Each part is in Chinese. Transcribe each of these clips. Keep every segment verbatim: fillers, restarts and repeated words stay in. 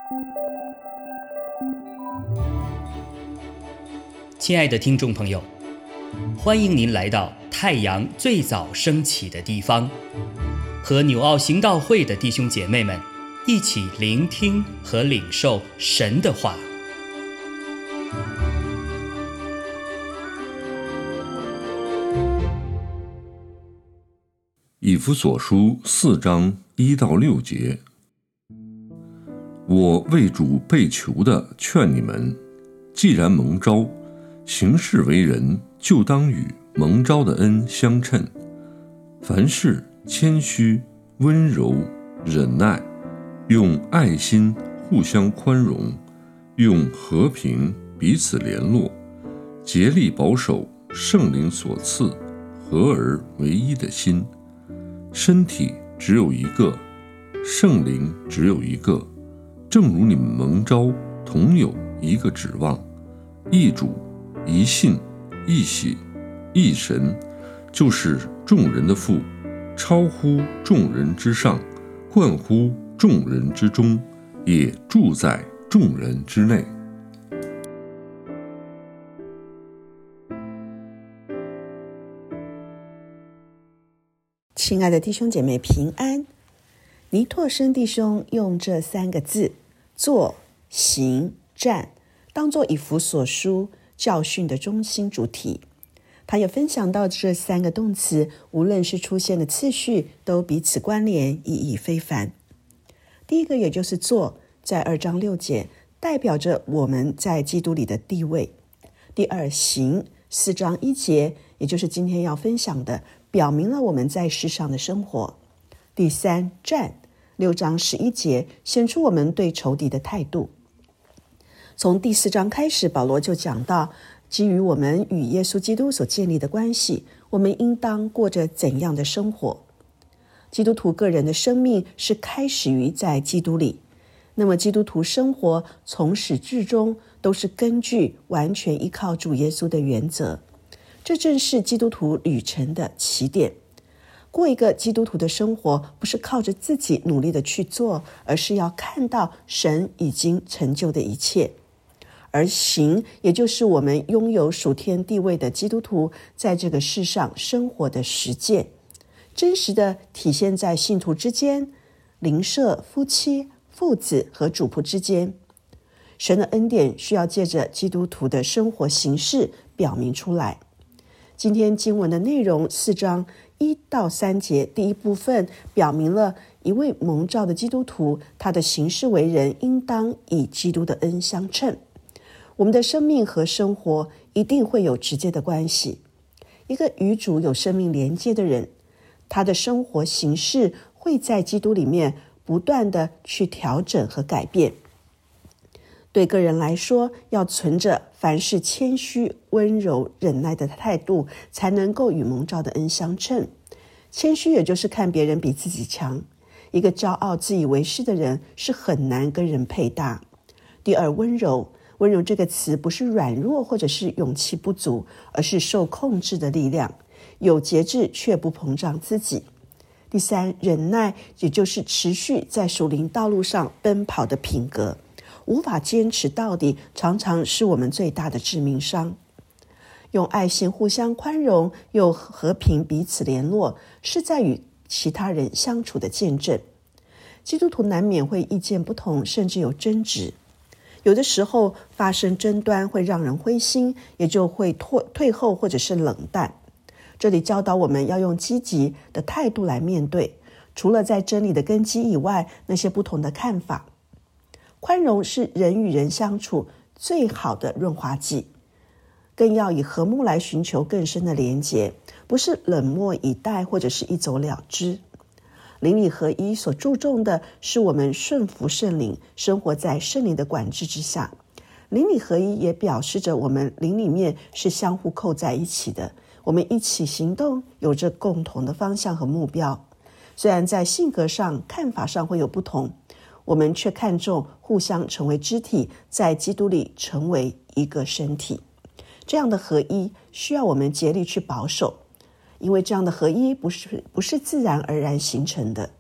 亲爱的听众朋友，欢迎您来到太阳最早升起的地方，和纽奥行道会的弟兄姐妹们一起聆听和领受神的话。 以弗所书四章一到六节，我为主被囚的劝你们，既然蒙召，行事为人，就当与蒙召的恩相称。凡事谦虚、温柔、忍耐，用爱心互相宽容，用和平彼此联络，竭力保守圣灵所赐合而为一的心。身体只有一个，圣灵只有一个，正如你们蒙召同有一个指望，一主、一信、一喜、一神，就是众人的父，超乎众人之上，冠乎众人之中，也住在众人之内。 亲爱的弟兄姐妹平安，尼拓生弟兄用这三个字做、行、站当作以弗所书教训的中心主题。他也分享到这三个动词无论是出现的次序都彼此关联，意义非凡。第一个也就是做，在二章六节代表着我们在基督里的地位。第二行，四章一节也就是今天要分享的，表明了我们在世上的生活。第三站，六章十一节显出我们对仇敌的态度。从第四章开始，保罗就讲到基于我们与耶稣基督所建立的关系，我们应当过着怎样的生活。基督徒个人的生命是开始于在基督里，那么基督徒生活从始至终都是根据完全依靠主耶稣的原则，这正是基督徒旅程的起点。过一个基督徒的生活，不是靠着自己努力的去做，而是要看到神已经成就的一切。而行，也就是我们拥有属天地位的基督徒在这个世上生活的实践，真实的体现在信徒之间、邻舍、夫妻、父子和主仆之间。神的恩典需要借着基督徒的生活形式表明出来。今天经文的内容四章一到三节，第一部分表明了一位蒙召的基督徒，他的行事为人应当以基督的恩相称。我们的生命和生活一定会有直接的关系。一个与主有生命连接的人，他的生活形式会在基督里面不断的去调整和改变。对个人来说，要存着凡事谦虚、温柔、忍耐的态度，才能够与蒙召的恩相称。谦虚也就是看别人比自己强，一个骄傲自以为是的人是很难跟人配搭。第二，温柔。温柔这个词不是软弱或者是勇气不足，而是受控制的力量，有节制却不膨胀自己。第三，忍耐，也就是持续在属灵道路上奔跑的品格。无法坚持到底，常常是我们最大的致命伤。用爱心互相宽容，又和平彼此联络，是在与其他人相处的见证。基督徒难免会意见不同，甚至有争执。有的时候发生争端会让人灰心，也就会退退后或者是冷淡。这里教导我们要用积极的态度来面对，除了在真理的根基以外，那些不同的看法。宽容是人与人相处最好的润滑剂，更要以和睦来寻求更深的连结，不是冷漠以待或者是一走了之。灵里合一所注重的是我们顺服圣灵，生活在圣灵的管制之下。灵里合一也表示着我们灵里面是相互扣在一起的，我们一起行动，有着共同的方向和目标。虽然在性格上、看法上会有不同，我们却看重互相成为肢体，在基督里成为一个身体。这样的合一需要我们竭力去保守，因为这样的合一不是不是自然而然形成的，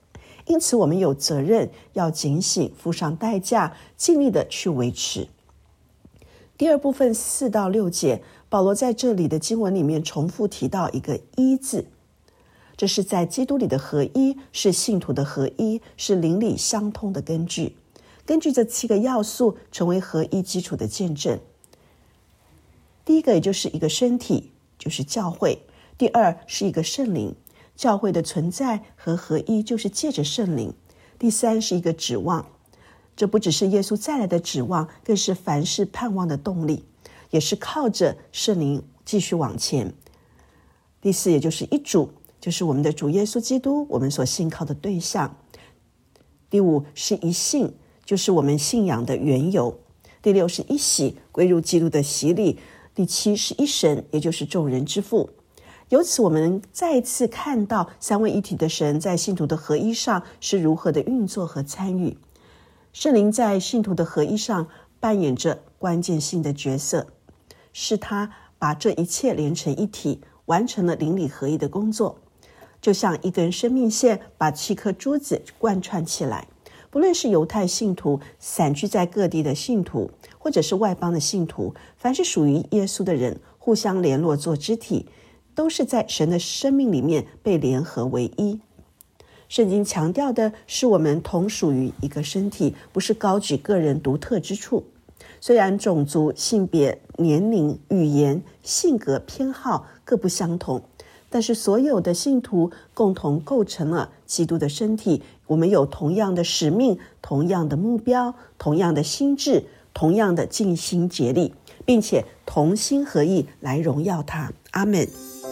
因此我们有责任要警醒，付上代价，尽力的去维持。第二部分四到六节，保罗在这里的经文里面重复提到一个一字，这是在基督里的合一，是信徒的合一，是灵里相通的根据。根据这七个要素成为合一基础的见证。第一个也就是一个身体，就是教会。第二是一个圣灵，教会的存在和合一就是借着圣灵。第三是一个指望，这不只是耶稣再来的指望，更是凡事盼望的动力，也是靠着圣灵继续往前。第四也就是一主，就是我们的主耶稣基督，我们所信靠的对象。第五是一信，就是我们信仰的缘由。第六是一洗，归入基督的洗礼。第七是一神，也就是众人之父。由此我们再一次看到三位一体的神在信徒的合一上是如何的运作和参与。圣灵在信徒的合一上扮演着关键性的角色，是他把这一切连成一体，完成了灵里合一的工作。就像一根生命线把七颗珠子贯穿起来，不论是犹太信徒、散居在各地的信徒，或者是外邦的信徒，凡是属于耶稣的人，互相联络做肢体，都是在神的生命里面被联合为一。圣经强调的是我们同属于一个身体，不是高举个人独特之处。虽然种族、性别、年龄、语言、性格、偏好各不相同，但是所有的信徒共同构成了基督的身体。我们有同样的使命，同样的目标，同样的心志，同样的尽心竭力，并且同心合意来荣耀他。阿们。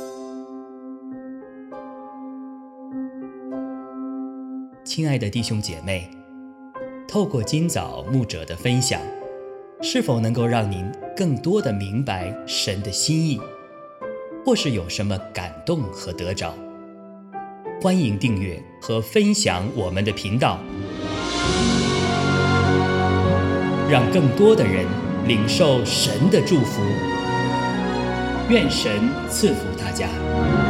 亲爱的弟兄姐妹，透过今早牧者的分享，是否能够让您更多的明白神的心意，或是有什么感动和得着？欢迎订阅和分享我们的频道，让更多的人领受神的祝福。愿神赐福大家。